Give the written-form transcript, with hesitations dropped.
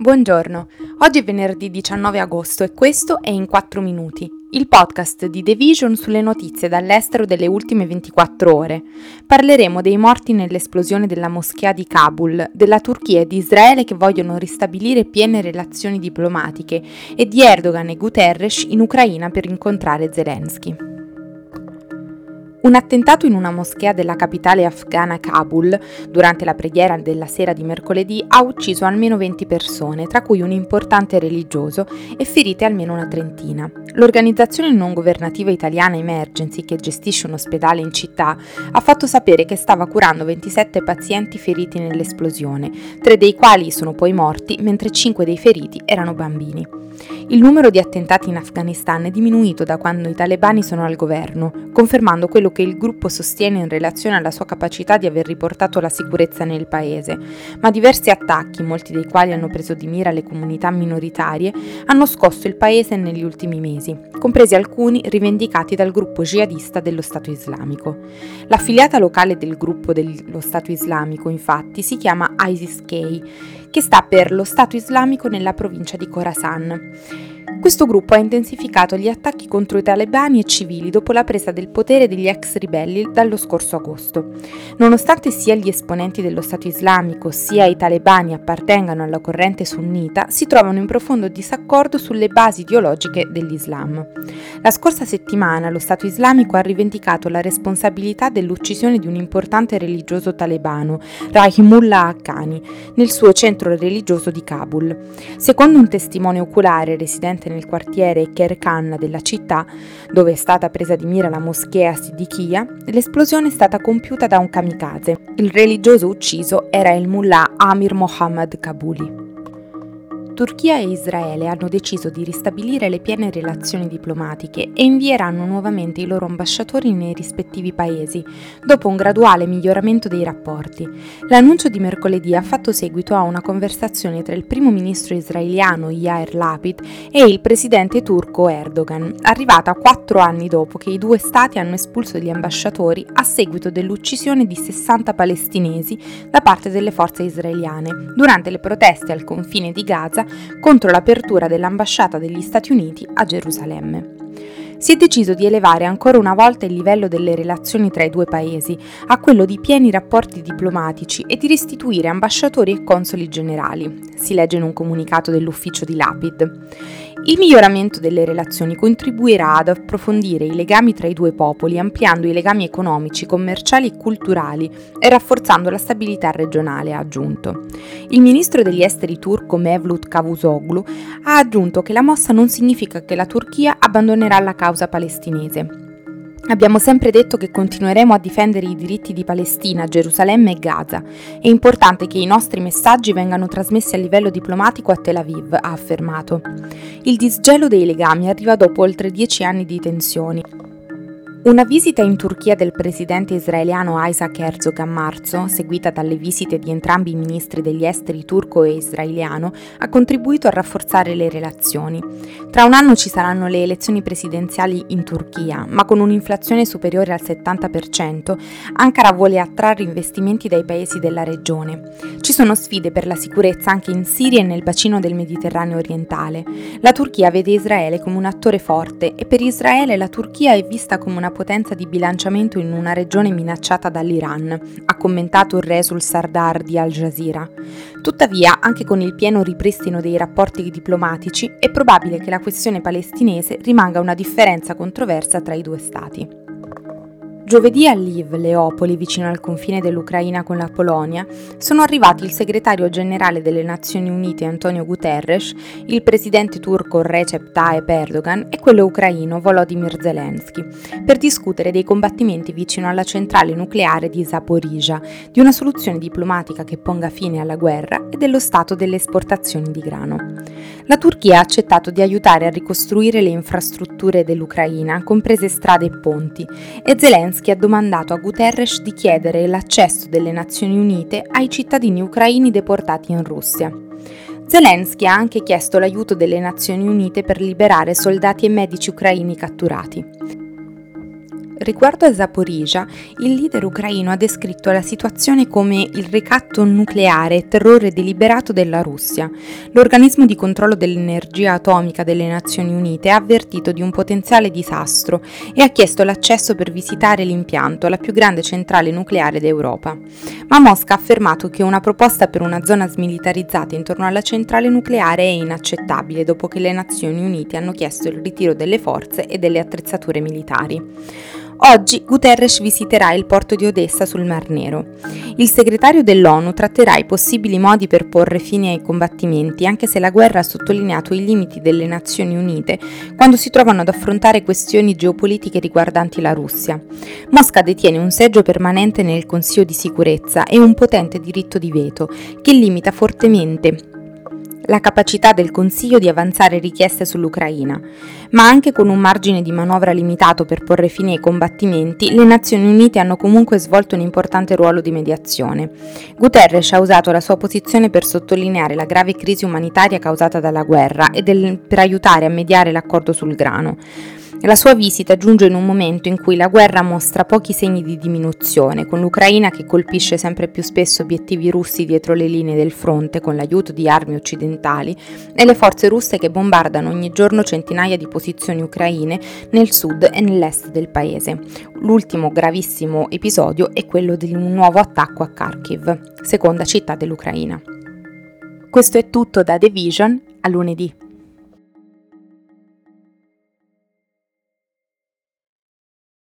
Buongiorno, oggi è venerdì 19 agosto e questo è In 4 Minuti, il podcast di The Vision sulle notizie dall'estero delle ultime 24 ore. Parleremo dei morti nell'esplosione della moschea di Kabul, della Turchia e di Israele che vogliono ristabilire piene relazioni diplomatiche e di Erdogan e Guterres in Ucraina per incontrare Zelensky. Un attentato in una moschea della capitale afghana Kabul, durante la preghiera della sera di mercoledì, ha ucciso almeno 20 persone, tra cui un importante religioso, e ferite almeno una trentina. L'organizzazione non governativa italiana Emergency, che gestisce un ospedale in città, ha fatto sapere che stava curando 27 pazienti feriti nell'esplosione, 3 dei quali sono poi morti, mentre 5 dei feriti erano bambini. Il numero di attentati in Afghanistan è diminuito da quando i talebani sono al governo, confermando quello che il gruppo sostiene in relazione alla sua capacità di aver riportato la sicurezza nel paese, ma diversi attacchi, molti dei quali hanno preso di mira le comunità minoritarie, hanno scosso il paese negli ultimi mesi, compresi alcuni rivendicati dal gruppo jihadista dello Stato Islamico. L'affiliata locale del gruppo dello Stato Islamico, infatti, si chiama ISIS-K, che sta per lo Stato Islamico nella provincia di Khorasan. Questo gruppo ha intensificato gli attacchi contro i talebani e civili dopo la presa del potere degli ex ribelli dallo scorso agosto. Nonostante sia gli esponenti dello Stato Islamico sia i talebani appartengano alla corrente sunnita, si trovano in profondo disaccordo sulle basi ideologiche dell'Islam. La scorsa settimana lo Stato Islamico ha rivendicato la responsabilità dell'uccisione di un importante religioso talebano, Rahimullah Haqqani, nel suo centro religioso di Kabul. Secondo un testimone oculare residente nel quartiere Kerkhan della città, dove è stata presa di mira la moschea Siddiqia, l'esplosione è stata compiuta da un kamikaze. Il religioso ucciso era il mullah Amir Mohammad Kabuli. Turchia e Israele hanno deciso di ristabilire le piene relazioni diplomatiche e invieranno nuovamente i loro ambasciatori nei rispettivi paesi, dopo un graduale miglioramento dei rapporti. L'annuncio di mercoledì ha fatto seguito a una conversazione tra il primo ministro israeliano Yair Lapid e il presidente turco Erdogan, arrivata 4 anni dopo che i due stati hanno espulso gli ambasciatori a seguito dell'uccisione di 60 palestinesi da parte delle forze israeliane, durante le proteste al confine di Gaza contro l'apertura dell'ambasciata degli Stati Uniti a Gerusalemme. Si è deciso di elevare ancora una volta il livello delle relazioni tra i due paesi a quello di pieni rapporti diplomatici e di restituire ambasciatori e consoli generali, si legge in un comunicato dell'ufficio di Lapid. Il miglioramento delle relazioni contribuirà ad approfondire i legami tra i due popoli, ampliando i legami economici, commerciali e culturali e rafforzando la stabilità regionale, ha aggiunto. Il ministro degli esteri turco Mevlut Cavusoglu ha aggiunto che la mossa non significa che la Turchia abbandonerà la causa palestinese. Abbiamo sempre detto che continueremo a difendere i diritti di Palestina, Gerusalemme e Gaza. È importante che i nostri messaggi vengano trasmessi a livello diplomatico a Tel Aviv, ha affermato. Il disgelo dei legami arriva dopo oltre 10 anni di tensioni. Una visita in Turchia del presidente israeliano Isaac Herzog a marzo, seguita dalle visite di entrambi i ministri degli esteri turco e israeliano, ha contribuito a rafforzare le relazioni. Tra un anno ci saranno le elezioni presidenziali in Turchia, ma con un'inflazione superiore al 70%, Ankara vuole attrarre investimenti dai paesi della regione. Ci sono sfide per la sicurezza anche in Siria e nel bacino del Mediterraneo orientale. La Turchia vede Israele come un attore forte e per Israele la Turchia è vista come una potenza di bilanciamento in una regione minacciata dall'Iran, ha commentato Resul Sardar di Al Jazeera. Tuttavia, anche con il pieno ripristino dei rapporti diplomatici, è probabile che la questione palestinese rimanga una differenza controversa tra i due stati. Giovedì a Lviv, Leopoli, vicino al confine dell'Ucraina con la Polonia, sono arrivati il segretario generale delle Nazioni Unite Antonio Guterres, il presidente turco Recep Tayyip Erdogan e quello ucraino Volodymyr Zelensky, per discutere dei combattimenti vicino alla centrale nucleare di Zaporizhzhia, di una soluzione diplomatica che ponga fine alla guerra e dello stato delle esportazioni di grano. La Turchia ha accettato di aiutare a ricostruire le infrastrutture dell'Ucraina, comprese strade e ponti, e Zelensky ha domandato a Guterres di chiedere l'accesso delle Nazioni Unite ai cittadini ucraini deportati in Russia. Zelensky ha anche chiesto l'aiuto delle Nazioni Unite per liberare soldati e medici ucraini catturati. Riguardo a Zaporizhzhia, il leader ucraino ha descritto la situazione come il ricatto nucleare e terrore deliberato della Russia. L'organismo di controllo dell'energia atomica delle Nazioni Unite ha avvertito di un potenziale disastro e ha chiesto l'accesso per visitare l'impianto, la più grande centrale nucleare d'Europa. Ma Mosca ha affermato che una proposta per una zona smilitarizzata intorno alla centrale nucleare è inaccettabile dopo che le Nazioni Unite hanno chiesto il ritiro delle forze e delle attrezzature militari. Oggi Guterres visiterà il porto di Odessa sul Mar Nero. Il segretario dell'ONU tratterà i possibili modi per porre fine ai combattimenti, anche se la guerra ha sottolineato i limiti delle Nazioni Unite quando si trovano ad affrontare questioni geopolitiche riguardanti la Russia. Mosca detiene un seggio permanente nel Consiglio di sicurezza e un potente diritto di veto che limita fortemente la capacità del Consiglio di avanzare richieste sull'Ucraina, ma anche con un margine di manovra limitato per porre fine ai combattimenti, le Nazioni Unite hanno comunque svolto un importante ruolo di mediazione. Guterres ha usato la sua posizione per sottolineare la grave crisi umanitaria causata dalla guerra e per aiutare a mediare l'accordo sul grano. La sua visita giunge in un momento in cui la guerra mostra pochi segni di diminuzione, con l'Ucraina che colpisce sempre più spesso obiettivi russi dietro le linee del fronte con l'aiuto di armi occidentali e le forze russe che bombardano ogni giorno centinaia di posizioni ucraine nel sud e nell'est del paese. L'ultimo gravissimo episodio è quello di un nuovo attacco a Kharkiv, seconda città dell'Ucraina. Questo è tutto da The Vision, a lunedì.